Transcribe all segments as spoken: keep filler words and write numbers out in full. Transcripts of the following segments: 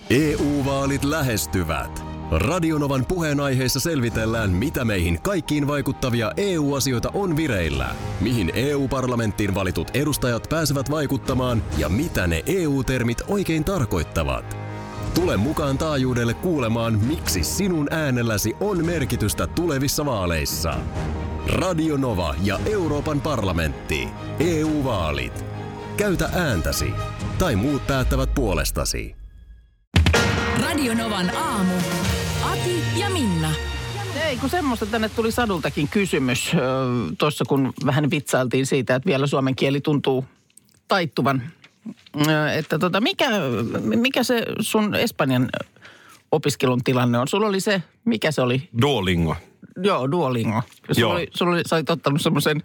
E U-vaalit lähestyvät. Radionovan puheenaiheessa selvitellään, mitä meihin kaikkiin vaikuttavia E U-asioita on vireillä, mihin E U-parlamenttiin valitut edustajat pääsevät vaikuttamaan ja mitä ne E U-termit oikein tarkoittavat. Tule mukaan taajuudelle kuulemaan, miksi sinun äänelläsi on merkitystä tulevissa vaaleissa. Radio Nova ja Euroopan parlamentti. E U-vaalit. Käytä ääntäsi. Tai muut päättävät puolestasi. Radio Novan aamu. Ati ja Minna. Ei, kun semmoista tänne tuli Sadultakin kysymys. Tuossa kun vähän vitsailtiin siitä, että vielä suomen kieli tuntuu taittuvan. Että tota, mikä, mikä se sun Espanjan opiskelun tilanne on? Sulla oli se, mikä se oli? Duolingo. Joo, Duolingo. Sulla oli, sulla oli, sä olit ottanut semmoisen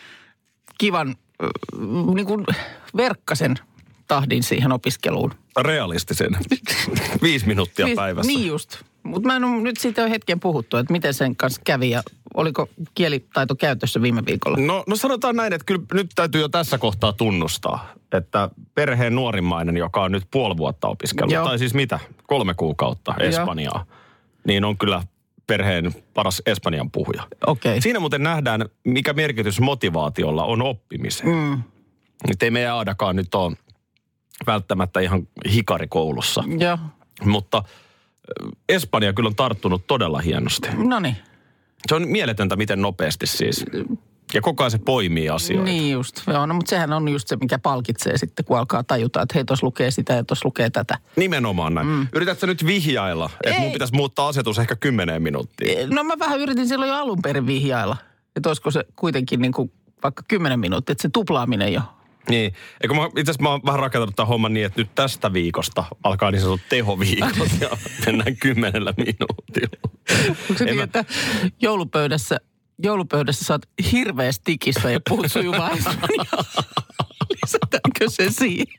kivan, niin kuin verkkasen tahdin siihen opiskeluun. Realistisen. Viisi minuuttia niin, päivässä. Niin just. Mutta mä en ole nyt siitä jo hetken puhuttu, että miten sen kanssa kävi ja oliko kielitaito käytössä viime viikolla? No, no sanotaan näin, että kyllä nyt täytyy jo tässä kohtaa tunnustaa, että perheen nuorimmainen, joka on nyt puoli vuotta opiskellut, Joo. tai siis mitä, kolme kuukautta Espanjaa, Joo. niin on kyllä perheen paras espanjan puhuja. Okay. Siinä muuten nähdään, mikä merkitys motivaatiolla on oppimiseen. Mm. Nyt ei meidän Aadakaan nyt ole välttämättä ihan hikarikoulussa. Joo. Mutta Espanja kyllä on tarttunut todella hienosti. Noniin. Se on mieletöntä, miten nopeasti siis. Ja koko ajan se poimii asioita. Niin just. Joo, no, mutta sehän on just se, mikä palkitsee sitten, kun alkaa tajuta, että hei, tuossa lukee sitä ja tuossa lukee tätä. Nimenomaan näin. Mm. Yritätkö nyt vihjailla, että mun pitäisi muuttaa asetus ehkä kymmeneen minuuttia? No mä vähän yritin silloin jo alun perin vihjailla. Että olisiko se kuitenkin niin kuin vaikka kymmenen minuuttia, että se tuplaaminen jo. Niin. Eikö mä, itse asiassa mä oon vähän rakentanut tämän homman niin, että nyt tästä viikosta alkaa niin sanotut tehoviikot ja mennään kymmenellä minuutilla. Onko se niin, mä... että joulupöydässä, joulupöydässä sä oot hirveästi tikissä ja puhut sujuvaa espanjaa? Lisätäänkö se siihen?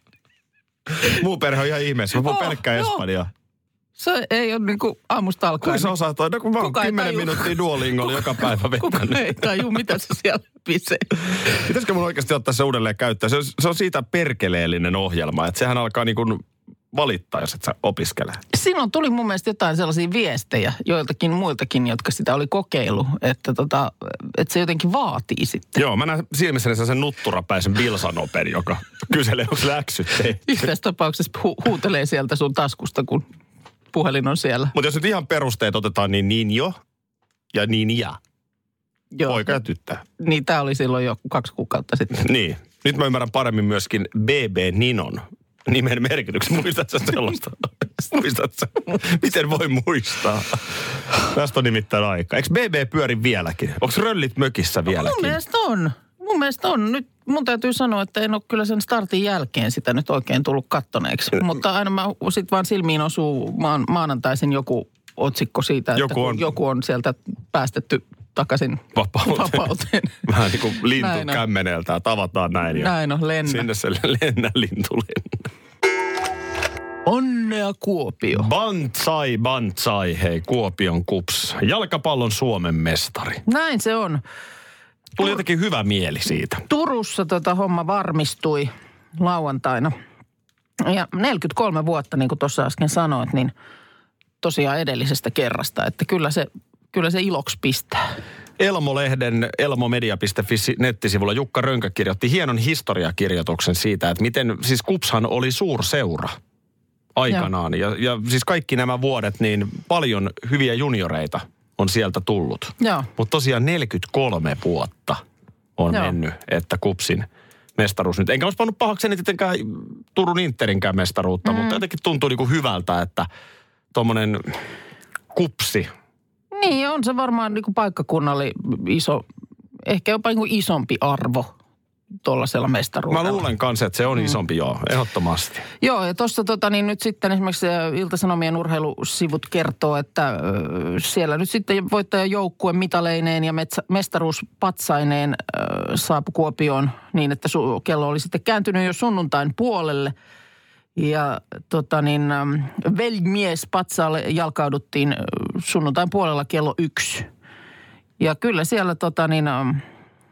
Muu perhe on ihan ihmeessä. Mä puhun oh, pelkkää espanjaa. Se ei ole niin kuin aamusta alkaen. Kuinka sä osaat toi? No kun mä oon kymmenen minuuttia Duolingolla joka päivä vettänyt. Kuka ei taju, mitä se siellä pisee. Pitäisikö mun oikeasti ottaa se uudelleen käyttöön? Se on, se on siitä perkeleellinen ohjelma, että sehän alkaa niin kuin valittaa, jos et sä opiskele. Silloin tuli mun mielestä jotain sellaisia viestejä joiltakin muiltakin, jotka sitä oli kokeillut, että, tota, että se jotenkin vaatii sitten. Joo, mä näen silmissäni sen nutturapäisen bilsanopen, joka kyselee, onko läksyt tehty. Yhdessä tapauksessa hu- huutelee sieltä sun taskusta, kun puhelin on siellä. Mutta jos nyt ihan perusteet otetaan, niin niño ja niña. Joo. Poika ja tyttö. Niin, tää oli silloin jo kaksi kuukautta sitten. Niin. Nyt mä ymmärrän paremmin myöskin B B Ninon nimen merkityksen. Muistatko sä sellaista? Muistatko sä? Miten voi muistaa? Tästä on nimittäin aika. Eikö B B pyöri vieläkin? Onko röllit mökissä vieläkin? No, mun mielestä on. Mun mielestä on. Nyt mun täytyy sanoa, että en ole kyllä sen startin jälkeen sitä nyt oikein tullut kattoneeksi. Mutta aina mä sit vaan silmiin osuu maan, maanantaisin joku otsikko siitä, että joku on, joku on sieltä päästetty takaisin vapauteen. vapauteen. Vähän niin kuin lintu kämmeneltä. Tavataan näin. Näin on, lennä. Sinne se lennä, lintu lennä. Onnea Kuopio. Banzai, banzai, hei, Kuopion Kups. Jalkapallon Suomen mestari. Näin se on. Tuli jotenkin hyvä mieli siitä. Turussa tota homma varmistui lauantaina. Ja neljäkymmentäkolme vuotta, niin kuin tuossa äsken sanoit, niin tosiaan edellisestä kerrasta. Että kyllä se, kyllä se iloksi pistää. Elmo-lehden elmomedia piste fi nettisivulla Jukka Rönkä kirjoitti hienon historiakirjoituksen siitä, että miten, siis Kupshan oli suurseura aikanaan. Ja, ja siis kaikki nämä vuodet, niin paljon hyviä junioreita on sieltä tullut. Mutta tosiaan neljäkymmentäkolme vuotta on Joo. mennyt, että Kupsin mestaruus nyt. Enkä olisi pannut pahakseni tietenkään Turun Interinkään mestaruutta, mm. mutta jotenkin tuntuu niin kuin hyvältä, että tuommoinen Kupsi. Niin, on se varmaan niin kuin paikkakunnalle iso, ehkä jopa niin kuin isompi arvo tuollaisella mestaruudella. Mä luulen kanssa, että se on isompi, mm. joo, ehdottomasti. Joo, ja tuossa tota, niin nyt sitten esimerkiksi Ilta-Sanomien urheilusivut kertoo, että äh, siellä nyt sitten voittajajoukkue mitaleineen ja metsä, mestaruuspatsaineen äh, saapui Kuopioon niin, että su- kello oli sitten kääntynyt jo sunnuntain puolelle. Ja tota niin, ähm, Velmies patsaalle jalkauduttiin sunnuntain puolella kello yksi. Ja kyllä siellä tota niin... Ähm,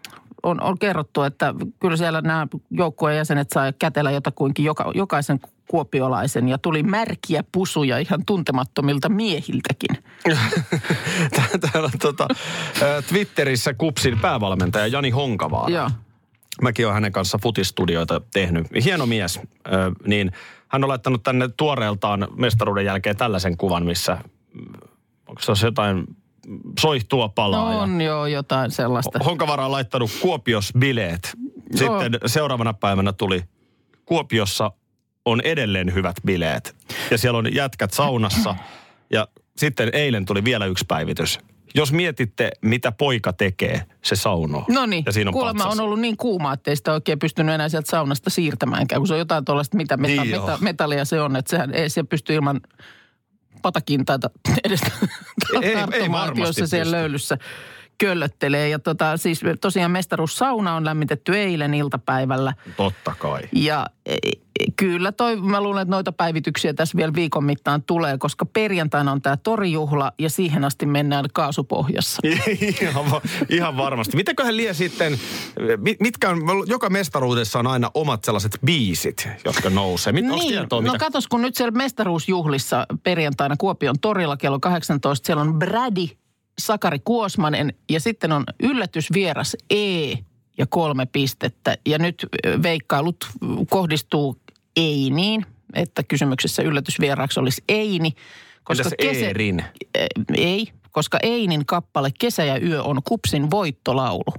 On, on kerrottu, että kyllä siellä nämä joukkueen jäsenet saa kätellä jotakuinkin joka, jokaisen kuopiolaisen ja tuli märkiä pusuja ihan tuntemattomilta miehiltäkin. Täällä on tota, Twitterissä Kupsin päävalmentaja Jani Honkavaara. Joo. Mäkin olen hänen kanssa futistudioita tehnyt. Hieno mies, niin hän on laittanut tänne tuoreeltaan mestaruuden jälkeen tällaisen kuvan, missä onko se jotain soihtua palaa. No on ja joo, jotain sellaista. Honkavaara on laittanut Kuopios bileet. Sitten no. seuraavana päivänä tuli Kuopiossa on edelleen hyvät bileet. Ja siellä on jätkät saunassa. Ja sitten eilen tuli vielä yksi päivitys. Jos mietitte, mitä poika tekee, se saunoo. No niin, kuulemma on ollut niin kuuma, että ei sitä oikein pystynyt enää sieltä saunasta siirtämäänkään. Kun se on jotain tuollaista, mitä meta, niin meta, metallia se on, että sehän ei se pysty ilman patakintaita edes tarttumaan, jos se siellä löylyssä köllöttelee. Ja tota, siis tosiaan mestaruussauna on lämmitetty eilen iltapäivällä. Totta kai. Ja e, kyllä toi, mä luulen, että noita päivityksiä tässä vielä viikon mittaan tulee, koska perjantaina on tämä torijuhla ja siihen asti mennään kaasupohjassa. ihan, ihan varmasti. Mitäköhän lie sitten, mitkä on, joka mestaruudessa on aina omat sellaiset biisit, jotka nousee. Mit, niin, tietoa, no mitä? Katos, kun nyt siellä mestaruusjuhlissa perjantaina Kuopion torilla kello kahdeksantoista, siellä on Brady, Sakari Kuosmanen ja sitten on yllätysvieras E ja kolme pistettä. Ja nyt veikkailut kohdistuu Einiin, että kysymyksessä yllätysvieraaksi olisi Eini. Koska kesä, Eerin? Ei, koska Einin kappale Kesä ja yö on Kupsin voittolaulu.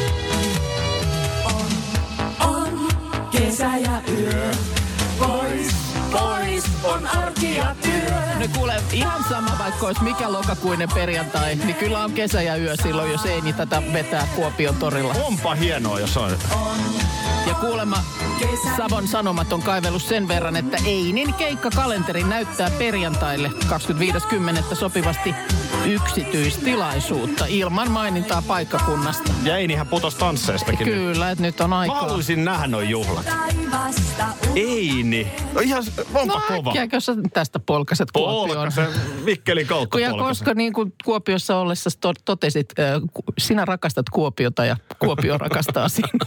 On, on kesä ja yö, pois, pois on arki ja työ. No kuule, ihan sama vaikka olisi mikä lokakuinen perjantai, niin kyllä on kesä ja yö silloin, jos Eini tätä vetää Kuopion torilla. Onpa hienoa, jos on. Ja kuulemma Savon Sanomat on kaivellut sen verran, että Einin keikkakalenteri näyttää perjantaille kahdeskymmenesviides kymmenettä sopivasti yksityistilaisuutta ilman mainintaa paikkakunnasta. Ja Einihän putosi tansseistakin. Kyllä, että nyt on aikaa. Mä haluaisin nähdä noi juhlat. Eini. No ihan, onpa no, kova. No äkkiäkö sä tästä polkaset Kuopioon? Polkasen, Mikkelin kautta ja polkasen. Koska niin kuin Kuopiossa ollessa totesit, sinä rakastat Kuopiota ja Kuopio rakastaa sinua.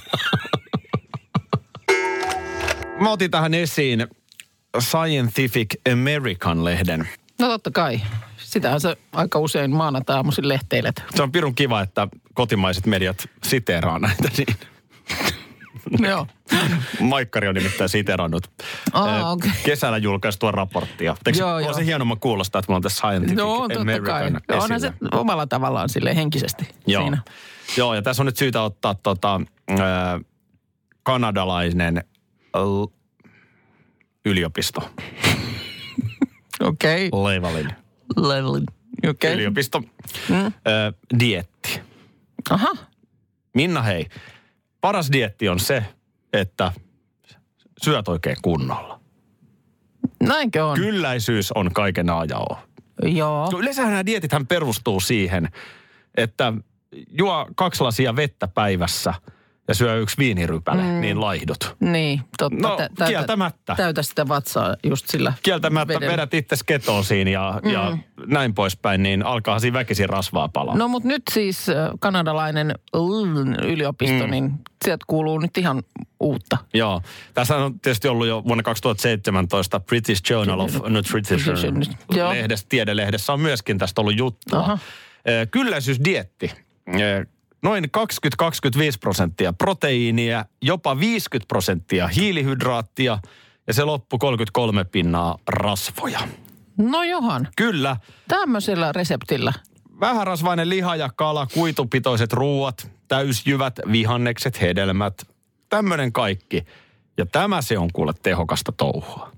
Mä otin tähän esiin Scientific American-lehden. No totta kai. Sitähän se aika usein maanantai-aamuisin lehteilet. Se on pirun kiva, että kotimaiset mediat siteeraa näitä niin. Joo. Maikkari on nimittäin siteerannut oh, okay. kesällä julkaistua raporttia. Teekö joo, on joo. se hienomman kuulostaa, että mulla on tässä Scientific no, American esillä. Onhan se omalla tavallaan silleen henkisesti joo. siinä. Joo, ja tässä on nyt syytä ottaa tota, äh, kanadalainen l- yliopisto. Okei. Okay. Levalin. Levalin. Okei. Okay. Yliopisto. Mm. Äh, dieetti. Aha. Minna, hei. Paras dieetti on se, että syöt oikein kunnolla. Näinkö on? Kylläisyys on kaiken A ja O. Joo. No yleensähän nämä dietithän perustuu siihen, että juo kaksi lasia vettä päivässä ja syö yksi viinirypäle, mm. niin laihdut. Niin, totta. No täytä, kieltämättä. Täytä sitä vatsaa just sillä Kieltämättä vedellä. Vedät itse ketosiin ja, mm. ja näin poispäin, niin alkaa siinä väkisin rasvaa palaa. No mutta nyt siis kanadalainen yliopisto, mm. niin sieltä kuuluu nyt ihan uutta. Joo. Tässä on tietysti ollut jo vuonna kaksituhattaseitsemäntoista British Journal of Nutrition lehdessä, tiedelehdessä on myöskin tästä ollut juttua. Aha. Kylläisyysdieetti. Noin kaksikymmentä kaksikymmentäviisi prosenttia proteiinia, jopa viisikymmentä prosenttia hiilihydraattia ja se loppu kolmekymmentäkolme pinnaa rasvoja. No johan. Kyllä. Tämmöisellä reseptillä. Vähärasvainen liha ja kala, kuitupitoiset ruuat, täysjyvät, vihannekset, hedelmät. Tämmöinen kaikki. Ja tämä se on kuule tehokasta touhua.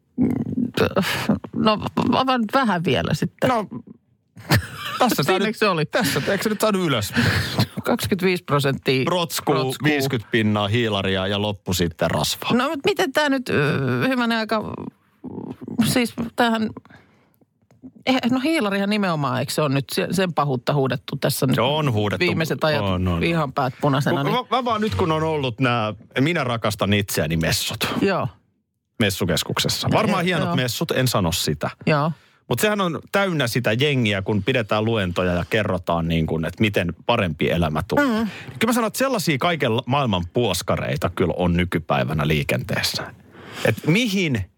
No vaan vähän vielä sitten. No tässä tämä se oli. Tässä, eikö se nyt saanut ylös? kaksikymmentäviisi prosenttia. Rotskuu, viisikymmentä pinnaa hiilaria ja loppu sitten rasvaa. No mutta miten tämä nyt, hyvänen aika, siis tämähän, no hiilarihan nimenomaan, eikö se on nyt sen pahuutta huudettu tässä nyt? Se on huudettu. Viimeiset ajat on, on, ihan päät punaisena. Niin. Mä, mä vaan nyt kun on ollut nämä, minä rakastan itseäni messut. Joo. Messukeskuksessa. Varmaan hienot joo. messut, en sano sitä. Joo. Mutta sehän on täynnä sitä jengiä, kun pidetään luentoja ja kerrotaan niin kuin, että miten parempi elämä tulee. Mm. Kyllä mä sanon, että sellaisia kaiken maailman puoskareita kyllä on nykypäivänä liikenteessä. Että mihin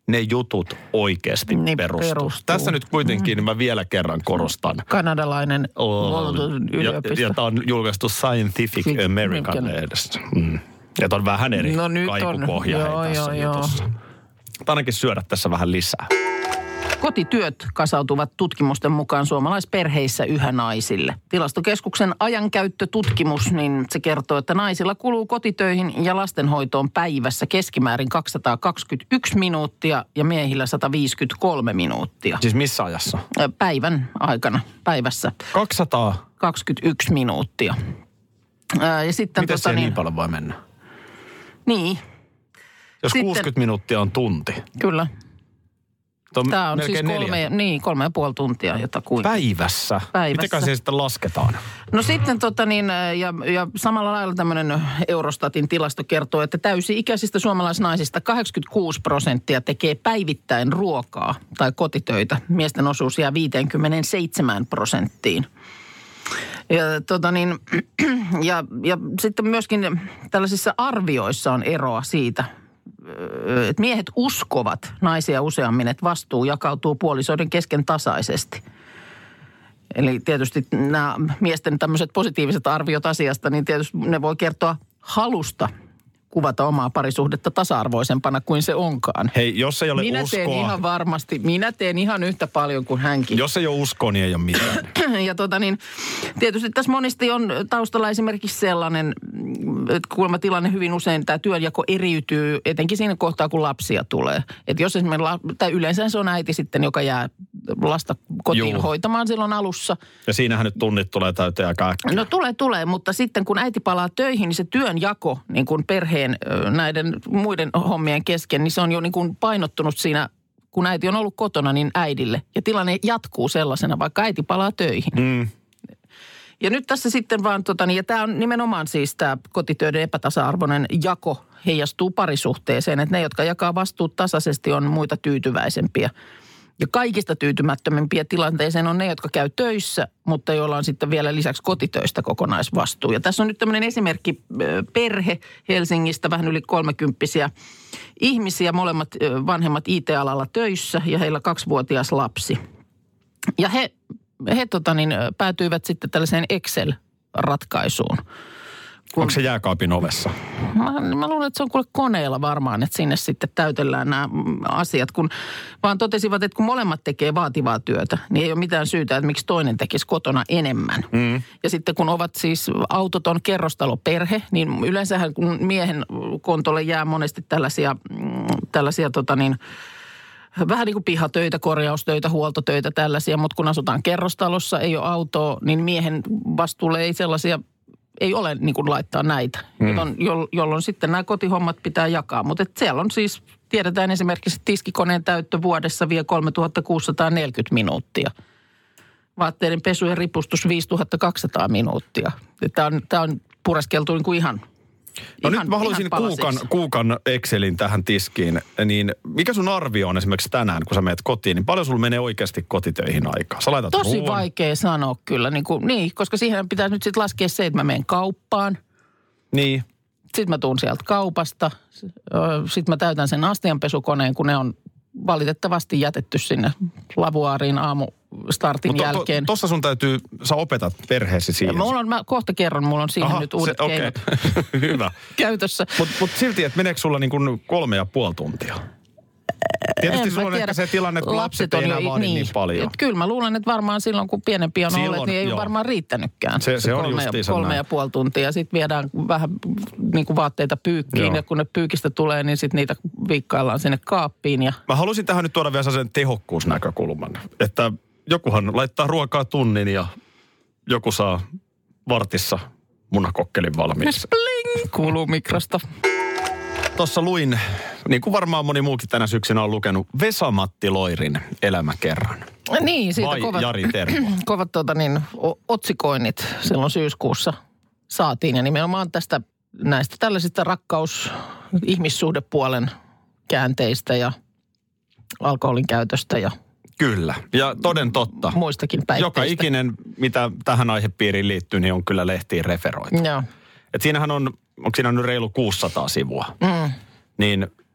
ne jutut oikeasti Niin perustuu. perustuu. Tässä nyt kuitenkin mm. mä vielä kerran korostan. Kanadalainen On. yliopisto. Ja, ja tämä on julkaistu Scientific Siis American lehdessä. Mm. Ja tämä on vähän eri No nyt on. kaikupohja Joo, hei tässä joo, jutussa. Ainakin syödä tässä vähän lisää. Kotityöt kasautuvat tutkimusten mukaan suomalaisperheissä yhä naisille. Tilastokeskuksen ajankäyttötutkimus, niin se kertoo, että naisilla kuluu kotitöihin ja lastenhoitoon päivässä keskimäärin kaksisataakaksikymmentäyksi minuuttia ja miehillä sata viisikymmentäkolme minuuttia. Siis missä ajassa? Päivän aikana, päivässä. kaksisataa. kaksikymmentäyksi minuuttia. Ää, ja sitten Miten tota, se niin, niin paljon voi mennä? Niin, Jos Sitten- kuusikymmentä minuuttia on tunti. kyllä. On Tämä on siis melkein kolme, neljä. niin, kolme ja puoli tuntia jotakuinkin. Päivässä? Päivässä. Mitenkä se sitten lasketaan? No sitten tota niin, ja, ja samalla lailla tämmöinen Eurostatin tilasto kertoo, että täysi-ikäisistä suomalaisnaisista kahdeksankymmentäkuusi prosenttia tekee päivittäin ruokaa tai kotitöitä. Miesten osuus jää viisikymmentäseitsemän prosenttiin. Ja, tota niin, ja, ja sitten myöskin tällaisissa arvioissa on eroa siitä, että miehet uskovat naisia useammin, että vastuu jakautuu puolisoiden kesken tasaisesti. Eli tietysti nämä miesten tämmöiset positiiviset arviot asiasta, niin tietysti ne voi kertoa halusta kuvata omaa parisuhdetta tasa-arvoisempana kuin se onkaan. Hei, jos ei ole Minä uskoa, teen ihan varmasti, minä teen ihan yhtä paljon kuin hänkin. jos ei ole uskoa, niin ei ole mitään. Ja tota niin, tietysti tässä monesti on taustalla esimerkiksi sellainen, että kuulemma tilanne hyvin usein tämä työnjako eriytyy, etenkin siinä kohtaa, kun lapsia tulee. Että jos esimerkiksi, la- tai yleensä se on äiti sitten, joka jää lasta kotiin Juu. hoitamaan silloin alussa. Ja siinähän nyt tunnit tulee täyteen aika äkkiä. No tulee, tulee, mutta sitten kun äiti palaa töihin, niin se työnjako niin kuin perheen ö, näiden muiden hommien kesken, niin se on jo niin kuin painottunut siinä, kun äiti on ollut kotona, niin äidille. Ja tilanne jatkuu sellaisena, vaikka äiti palaa töihin. Mm. Ja nyt tässä sitten vaan, tota, niin, ja tämä on nimenomaan siis tämä kotitöiden epätasa-arvoinen jako heijastuu parisuhteeseen, että ne, jotka jakaa vastuut tasaisesti, on muita tyytyväisempiä. Ja kaikista tyytymättömimpiä tilanteeseen on ne, jotka käy töissä, mutta joilla on sitten vielä lisäksi kotitöistä kokonaisvastuu. Ja tässä on nyt tämmöinen esimerkki ö, perhe Helsingistä, vähän yli kolmekymppisiä ihmisiä, molemmat ö, vanhemmat I T-alalla töissä ja heillä kaksivuotias lapsi. Ja he, he tota niin, ö, päätyivät sitten tällaiseen Excel-ratkaisuun. Kun- Onko se jääkaapin ovessa? Mä, mä luulen, että se on kuule koneella varmaan, että sinne sitten täytellään nämä mm, asiat, kun vaan totesivat, että kun molemmat tekee vaativaa työtä, niin ei ole mitään syytä, että miksi toinen tekisi kotona enemmän. Mm. Ja sitten kun ovat siis autoton kerrostaloperhe, niin yleensähän kun miehen kontolle jää monesti tällaisia, mm, tällaisia tota niin, vähän niin kuin pihatöitä, korjaustöitä, huoltotöitä, tällaisia, mutta kun asutaan kerrostalossa, ei ole autoa, niin miehen vastuulle ei sellaisia, ei ole niin kuin laittaa näitä, mm. jolloin, jolloin sitten nämä kotihommat pitää jakaa. Mutta siellä on siis, tiedetään esimerkiksi, että tiskikoneen täyttö vuodessa vie kolmetuhatta kuusisataaneljäkymmentä minuuttia. Vaatteiden pesu ja ripustus viisituhatta kaksisataa minuuttia. Tämä on, tämä on pureskeltu niin kuin ihan No ihan, nyt mä haluaisin kuukan, kuukan Excelin tähän tiskiin. Niin mikä sun arvio on esimerkiksi tänään, kun sä menet kotiin, niin paljon sulla menee oikeasti kotitöihin aikaa? Sä laitat Tosi ruoan. vaikea sanoa kyllä, niin, kuin, niin koska siihen pitää nyt sitten laskea se, että mä menen kauppaan. Niin. Sitten mä tuun sieltä kaupasta. Sitten mä täytän sen astianpesukoneen, kun ne on valitettavasti jätetty sinne lavuaariin aamustartin Mutta jälkeen. to, tossa sun täytyy, sä opetat perheesi siihen. Mulla on, mä kohta kerron, mulla on siihen Aha, nyt uudet se, okay. keinot Hyvä. käytössä. Mutta mut silti, että meneekö sulla niin kuin kolme ja puoli tuntia? Tietysti En mä sulla on tiedä. ehkä se tilanne, että lapset ei enää jo- vaadi niin paljon. Et kyllä mä luulen, että varmaan silloin, kun pienempiä on Silloin, olleet, niin ei joo. ole varmaan riittänytkään. Se- se on kolme, ja, justiinsa kolme näin. ja puoli tuntia. Sitten viedään vähän niin kuin vaatteita pyykkiin Joo. ja kun ne pyykistä tulee, niin sitten niitä viikkaillaan sinne kaappiin. Ja Mä halusin tähän nyt tuoda vielä sen tehokkuusnäkökulman, että jokuhan laittaa ruokaa tunnin ja joku saa vartissa munakokkelin valmiiksi. pling, kuuluu mikrosta. Tuossa luin, niin kuin varmaan moni muukin tänä syksynä on lukenut, Vesa-Matti Loirin elämäkerran. Niin, siitä Vai kovat, Jari Tervo? kovat tuota niin, o- otsikoinnit silloin syyskuussa saatiin. Ja nimenomaan tästä näistä tällaisista rakkaus- ihmissuhdepuolen käänteistä ja alkoholin käytöstä ja Kyllä, ja toden totta. muistakin päihteistä. Joka ikinen, mitä tähän aihepiiriin liittyy, niin on kyllä lehtiin referoitu. Joo. Et siinähän on, onko siinä nyt reilu kuusisataa sivua? Mm. Niin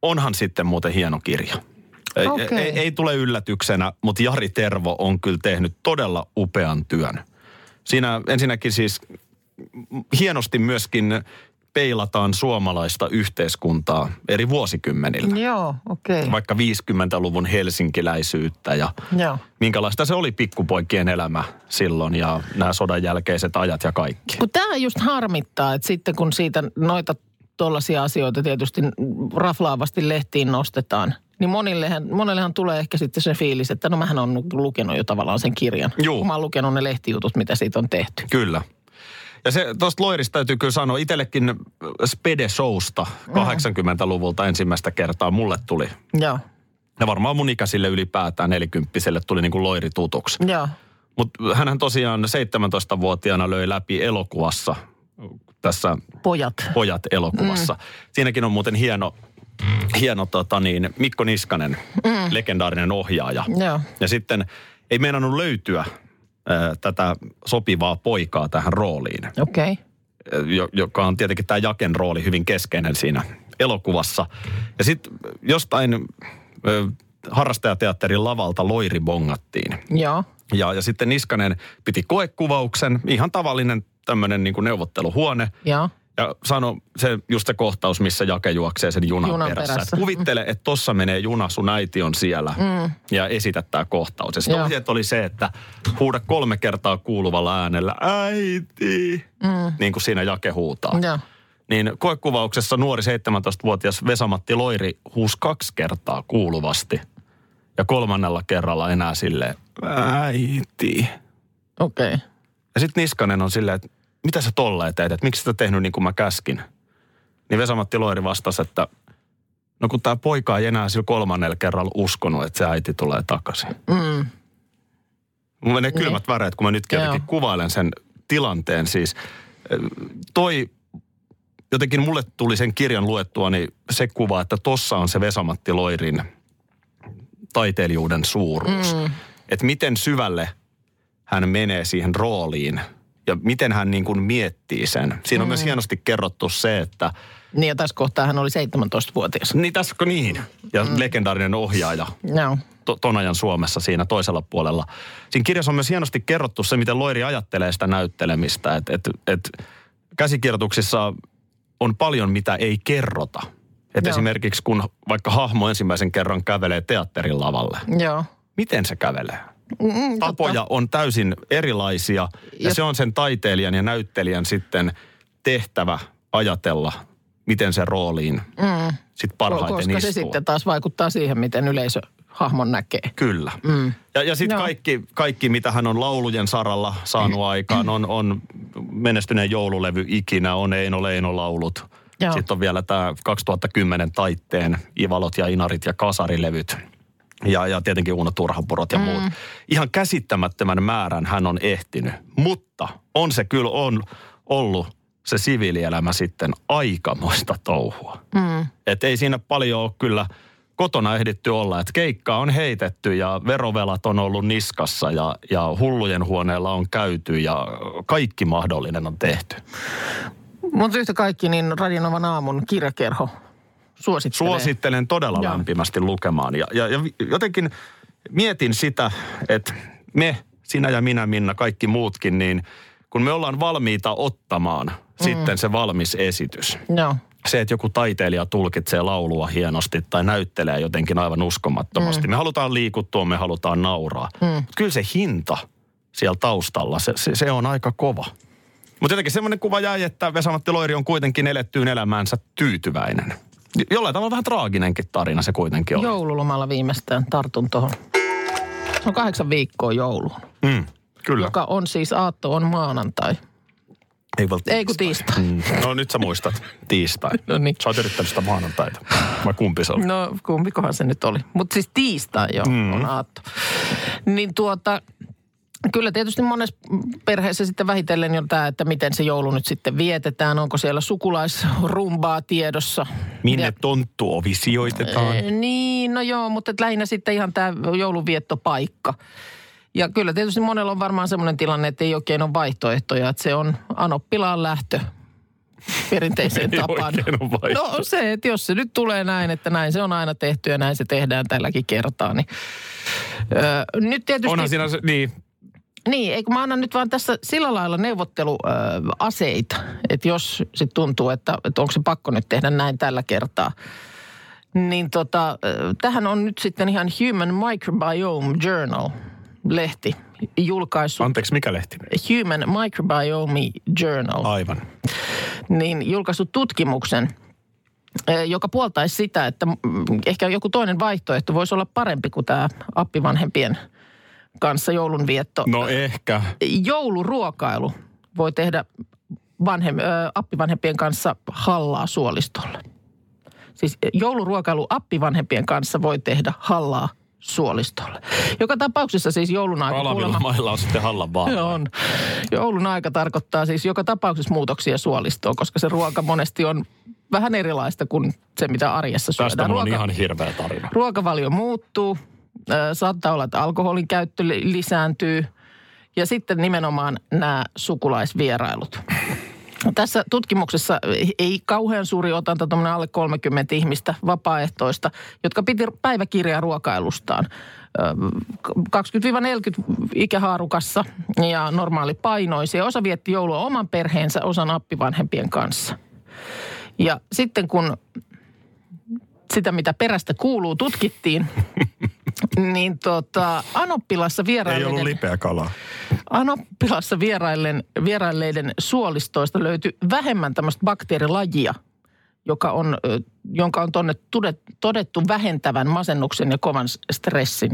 onhan sitten muuten hieno kirja. Ei, Okay. ei, ei tule yllätyksenä, mutta Jari Tervo on kyllä tehnyt todella upean työn. Siinä ensinnäkin siis hienosti myöskin peilataan suomalaista yhteiskuntaa eri vuosikymmenillä. Joo, okei. Okay. Vaikka viisikymmentäluvun helsinkiläisyyttä ja Joo. minkälaista se oli pikkupoikien elämä silloin ja nämä sodan jälkeiset ajat ja kaikki. Kun tämä just harmittaa, että sitten kun siitä noita tuollaisia asioita tietysti raflaavasti lehtiin nostetaan, niin monillehan, monellehan tulee ehkä sitten se fiilis, että no mähän on lukenut jo tavallaan sen kirjan. Juu. Kun mä oon lukenut ne lehtijutut, mitä siitä on tehty. Kyllä. Ja se tuosta Loirista täytyy kyllä sanoa, itsellekin Spede Showsta kahdeksankymmentäluvulta ensimmäistä kertaa mulle tuli. Joo. Ja varmaan mun ikäisille ylipäätään nelikymppiselle tuli niin kuin Loiri tutuksi. Joo. Mutta hänhän tosiaan seitsemäntoistavuotiaana löi läpi elokuvassa, tässä Pojat. Pojat-elokuvassa. Mm. Siinäkin on muuten hieno, hieno tota niin, Mikko Niskanen, mm. legendaarinen ohjaaja. Joo. Ja sitten ei meinannut löytyä ää, tätä sopivaa poikaa tähän rooliin, Okei. Okay. jo, joka on tietenkin tämä Jaken rooli hyvin keskeinen siinä elokuvassa. Ja sitten jostain ö, harrastajateatterin lavalta Loiri bongattiin. Joo. Ja, ja sitten Niskanen piti koekuvauksen, ihan tavallinen tämmöinen niin kuin neuvotteluhuone. Joo. Ja sano se, just se kohtaus, missä Jake juoksee sen junan, Junan perässä. perässä. Et kuvittele, että tossa menee juna, sun äiti on siellä mm. ja esitä tää kohtaus. Ja sitten ohjeet oli se, että huuda kolme kertaa kuuluvalla äänellä, äiti, mm. niin kuin siinä Jake huutaa. Joo. Niin koekuvauksessa nuori seitsemäntoistavuotias Vesa-Matti Loiri huusi kaksi kertaa kuuluvasti. Ja kolmannella kerralla enää silleen, äiti. Okei. Okay. Ja sitten Niskanen on silleen, että mitä sä tolleen teet, että miksi sä tehnyt niin kuin mä käskin? Niin Vesa-Matti Loiri vastasi, että no kun tää poika ei enää sillä kolmannella kerralla uskonut, että se äiti tulee takaisin. Mm. Mun menee kylmät niin. väreet, kun mä nytkin jotenkin kuvailen sen tilanteen. Siis toi, jotenkin mulle tuli sen kirjan luettua, niin se kuva, että tossa on se Vesa-Matti Loirin taiteilijuuden suuruus. Mm. Että miten syvälle hän menee siihen rooliin ja miten hän niin kuin miettii sen. Siinä on mm. myös hienosti kerrottu se, että... Niin ja tässä kohtaa hän oli seitsemäntoistavuotias. Niin tässä niin. Ja mm. legendaarinen ohjaaja. Joo. To, ton ajan Suomessa siinä toisella puolella. Siinä kirjassa on myös hienosti kerrottu se, miten Loiri ajattelee sitä näyttelemistä. Että et, et käsikirjoituksissa on paljon, mitä ei kerrota. Että esimerkiksi kun vaikka hahmo ensimmäisen kerran kävelee teatterin lavalle. Joo. Miten se kävelee? Mm, Tapoja totta. on täysin erilaisia ja, ja se on sen taiteilijan ja näyttelijän sitten tehtävä ajatella, miten se rooliin mm. sitten parhaiten Koska istuu. se sitten taas vaikuttaa siihen, miten yleisö hahmon näkee. Kyllä. Mm. Ja, ja sitten kaikki, kaikki, mitä hän on laulujen saralla saanut mm. aikaan, on, on menestyneen joululevy ikinä, on Eino Leino laulut. Joo. Sitten on vielä tämä kaksituhattakymmenen taitteen Ivalot ja Inarit ja Kasarilevyt. Ja, ja tietenkin Uno Turhapurot ja mm. muut. Ihan käsittämättömän määrän hän on ehtinyt. Mutta on se kyllä on ollut se siviilielämä sitten aikamoista touhua. Mm. Että ei siinä paljon ole kyllä kotona ehditty olla. Että keikkaa on heitetty ja verovelat on ollut niskassa ja, ja hullujen huoneella on käyty ja kaikki mahdollinen on tehty. Mutta yhtä kaikki, niin Radio Novan aamun kirjakerho suosittelee. Suosittelen todella Joo. lämpimästi lukemaan. Ja, ja, ja jotenkin mietin sitä, että me, sinä ja minä, Minna, kaikki muutkin, niin kun me ollaan valmiita ottamaan mm. sitten se valmis esitys. Joo. Se, että joku taiteilija tulkitsee laulua hienosti tai näyttelee jotenkin aivan uskomattomasti. Mm. Me halutaan liikuttua, me halutaan nauraa. Mm. Mutta kyllä se hinta siellä taustalla, se, se, se on aika kova. Mutta jotenkin semmoinen kuva jäi, että Vesa-Matti Loiri on kuitenkin elettyyn elämäänsä tyytyväinen. Jollain tavalla vähän traaginenkin tarina se kuitenkin on. Joululomalla viimeistään tartun tuohon. Se on kahdeksan viikkoa jouluun. Mm, kyllä. Joka on siis aatto on maanantai. Ei vaan tiistai. Ei kun tiistai. Mm. No nyt sä muistat. Tiistai. No niin. Sä oot yrittänyt sitä maanantaita. Vai kumpi se oli? No kumpikohan se nyt oli. Mutta siis tiistai jo mm. on aatto. Niin tuota... Kyllä tietysti monessa perheessä sitten vähitellen jo tämä, että miten se joulu nyt sitten vietetään. Onko siellä sukulaisrumbaa tiedossa? Minne ja, tonttuovi sijoitetaan? Äh, niin, no joo, mutta lähinnä sitten ihan tämä joulunviettopaikka. Ja kyllä tietysti monella on varmaan semmoinen tilanne, että ei oikein ole vaihtoehtoja. Että se on anoppilaan lähtö perinteiseen tapaan. No se, että jos se nyt tulee näin, että näin se on aina tehty ja näin se tehdään tälläkin kertaa, niin öö, nyt tietysti... Onhan siinä se, niin... Niin, eikö mä annan nyt vaan tässä sillä lailla neuvotteluaseita, että jos sitten tuntuu, että, että onko se pakko nyt tehdä näin tällä kertaa, niin tota, tähän on nyt sitten ihan Human Microbiome Journal-lehti julkaissut. Anteeksi, mikä lehti? Human Microbiome Journal. Aivan. Niin julkaissut tutkimuksen, joka puoltaisi sitä, että ehkä joku toinen vaihtoehto voisi olla parempi kuin tämä appivanhempien kanssa joulunvietto. No ehkä. Jouluruokailu voi tehdä vanhem, ö, appivanhempien kanssa hallaa suolistolle. Siis jouluruokailu appivanhempien kanssa voi tehdä hallaa suolistolle. Joka tapauksessa siis joulun aika... Alavilla mailla on sitten hallan vaan. On. Joulun aika tarkoittaa siis joka tapauksessa muutoksia suolistoon, koska se ruoka monesti on vähän erilaista kuin se, mitä arjessa syödään. Tästä mulla on ihan hirveä tarina. Ruokavalio muuttuu. Saattaa olla, että alkoholin käyttö lisääntyy ja sitten nimenomaan nämä sukulaisvierailut. Tässä tutkimuksessa ei kauhean suuri otanta, tuommoinen alle kolmekymmentä ihmistä vapaaehtoista, jotka piti päiväkirjaa ruokailustaan. kaksikymmentä neljäkymmentä ikähaarukassa ja normaali painoisia. Osa vietti joulua oman perheensä, osan appivanhempien kanssa. Ja sitten kun sitä, mitä perästä kuuluu, tutkittiin, niin tota, Anoppilassa vierailleiden... Ei ollut lipeä kalaa. Anoppilassa vierailleen, vierailleiden suolistoista löytyi vähemmän tämmöistä bakteerilajia, joka on, jonka on tonne todettu vähentävän masennuksen ja kovan stressin,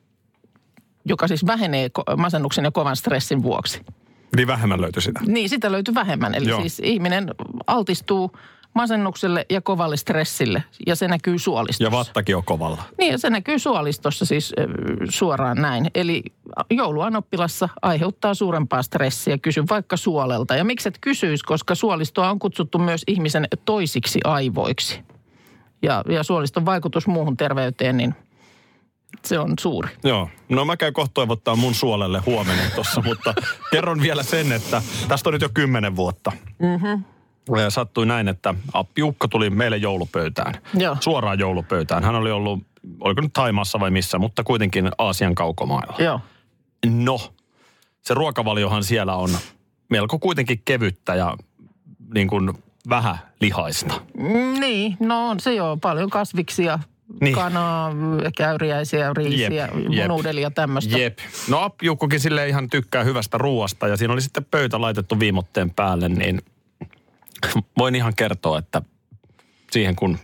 joka siis vähenee masennuksen ja kovan stressin vuoksi. Niin vähemmän löytyi sitä? Niin, sitä löytyi vähemmän. Eli Joo. siis ihminen altistuu masennukselle ja kovalle stressille, ja se näkyy suolistossa. Ja vattakin on kovalla. Niin, ja se näkyy suolistossa siis äh, suoraan näin. Eli jouluanoppilassa aiheuttaa suurempaa stressiä. Kysy vaikka suolelta. Ja miksi et kysyisi, koska suolistoa on kutsuttu myös ihmisen toisiksi aivoiksi. Ja, ja suoliston vaikutus muuhun terveyteen, niin se on suuri. Joo. No mä käyn kohta toivottaa mun suolelle huomenna tossa, mutta kerron vielä sen, että tästä on nyt jo kymmenen vuotta. Mhm. Sattui näin, että appiukko tuli meille joulupöytään. Joo. Suoraan joulupöytään. Hän oli ollut, oliko nyt Thaimaassa vai missä, mutta kuitenkin Aasian kaukomailla. Joo. No, se ruokavaliohan siellä on melko kuitenkin kevyttä ja niin kuin vähän lihaista. Mm, niin, no on se joo. Paljon kasviksia, niin. Kanaa, käyriäisiä, riisiä, jep, jep. Nuudelia tämmöistä. Jep. No appiukkokin silleen ihan tykkää hyvästä ruoasta ja siinä oli sitten pöytä laitettu viimotteen päälle, niin... Voin ihan kertoa, että siihen kun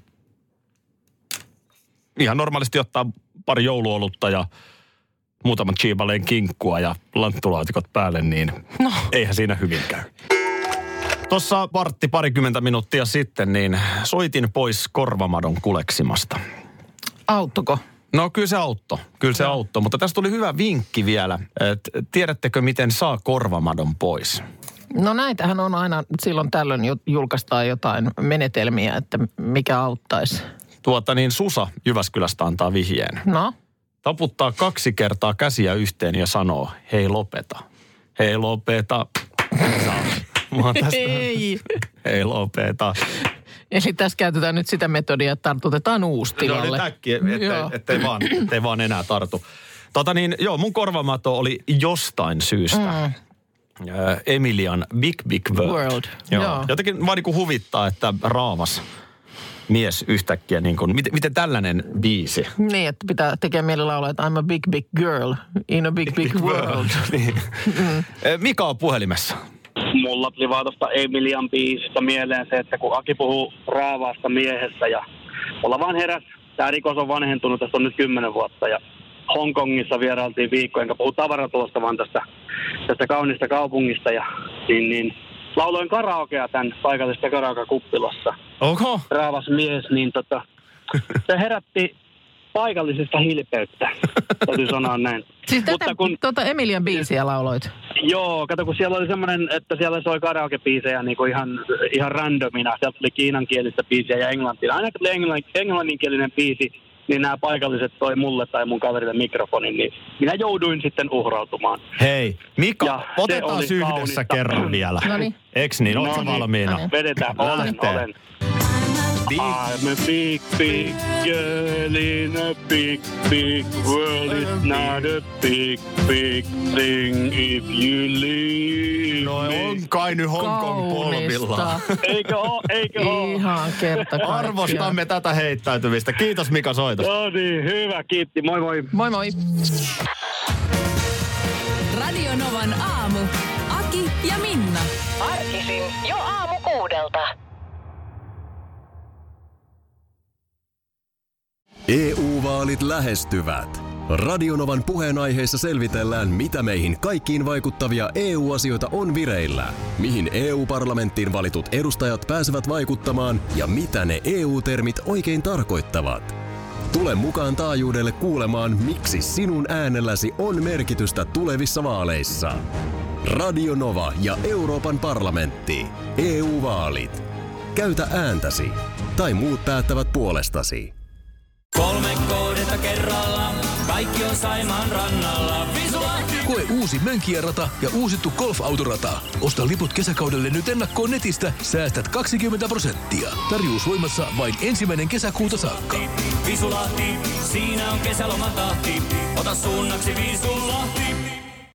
ihan normaalisti ottaa pari jouluolutta ja muutaman chiibaleen kinkkua ja lanttulaatikot päälle, niin no. Eihän siinä hyvin käy. Tuossa vartti parikymmentä minuuttia sitten, niin soitin pois korvamadon kuleksimasta. Auttoko? No kyllä se auttoi, kyllä se no. auttoi, mutta tässä tuli hyvä vinkki vielä. Et, tiedättekö, miten saa korvamadon pois? No näitähän on aina, silloin tällöin julkaistaan jotain menetelmiä, että mikä auttaisi. Tuota niin, Susa Jyväskylästä antaa vihjeen. No? Taputtaa kaksi kertaa käsiä yhteen ja sanoo, hei lopeta. Hei lopeta. Mä oon tästä. Hei. Hei lopeta. Eli tässä käytetään nyt sitä metodia, että tartutetaan uusi tilalle. No nyt äkkiä, ettei, ettei, vaan, ettei vaan enää tartu. Tota niin, joo, mun korvamato oli jostain syystä. Mm. Emilian Big Big World. World. Joo. Joo. Jotenkin vaan niin kuin huvittaa, että raavas mies yhtäkkiä, niin kuin, miten, miten tällainen biisi? Niin, että pitää tekee mieli laulaa, että I'm a big big girl in a big big, big world. Niin. Mm. Mika on puhelimessa. Mulla tuli vaan tuosta Emilian biisistä mieleen se, että kun Aki puhuu raavaasta miehestä ja mulla vaan heräs, tämä rikos on vanhentunut, tästä on nyt kymmenen vuotta ja Hongkongissa vierailtiin viikko, enkä puhu tavaratulosta, vaan tästä, tästä kaunista kaupungista. Ja, niin, niin, lauloin karaokea tämän paikallisesta karaoke-kuppilassa. Oho. Raavas mies, niin tota, se herätti paikallisesta hilpeyttä, täytyy sanoa näin. Siis tätä, Mutta kun, tuota Emilian biisiä lauloit? Joo, kato kun siellä oli semmoinen, että siellä soi karaoke-biisejä niin kuin ihan, ihan randomina. Sieltä tuli kiinankielistä biisiä ja englantia. Aina kun tuli englann, englanninkielinen biisi, niin nämä paikalliset toi mulle tai mun kaverille mikrofonin, niin minä jouduin sitten uhrautumaan. Hei, Mika, Ja se otetaan oli yhdessä kaunista. kerran vielä. Noniin. Eks niin, ootko Noniin. valmiina? Noniin. Vedetään, olen, Lähtee. olen. Big. I'm a big, big girl in a big, big world. It's not a big, big thing if you leave No me. on kai nyt Hongkong polvilla. Kaunista. Eikö oo, eikö oo? Ihan kerta kaikkiaan. Arvostamme tätä heittäytymistä. Kiitos Mika soitosta. No niin, hyvä, kiitti, moi moi. Moi moi. Radio Novan aamu. Aki ja Minna. Arkisin jo aamu kuudelta. E U-vaalit lähestyvät. Radionovan puheenaiheessa selvitellään, mitä meihin kaikkiin vaikuttavia E U-asioita on vireillä, mihin E U-parlamenttiin valitut edustajat pääsevät vaikuttamaan ja mitä ne E U-termit oikein tarkoittavat. Tule mukaan taajuudelle kuulemaan, miksi sinun äänelläsi on merkitystä tulevissa vaaleissa. Radio Nova ja Euroopan parlamentti. E U-vaalit. Käytä ääntäsi. Tai muut päättävät puolestasi. Kolme kohdetta kerralla, kaikki on Saimaan rannalla. Visulahti! Koe uusi Mönkijärata ja uusittu golfautorata. Osta liput kesäkaudelle nyt ennakkoon netistä, säästät kaksikymmentä prosenttia. Tarjous voimassa vain ensimmäinen kesäkuuta saakka. Visulahti, siinä on kesälomatahti. Ota suunnaksi Visulahti.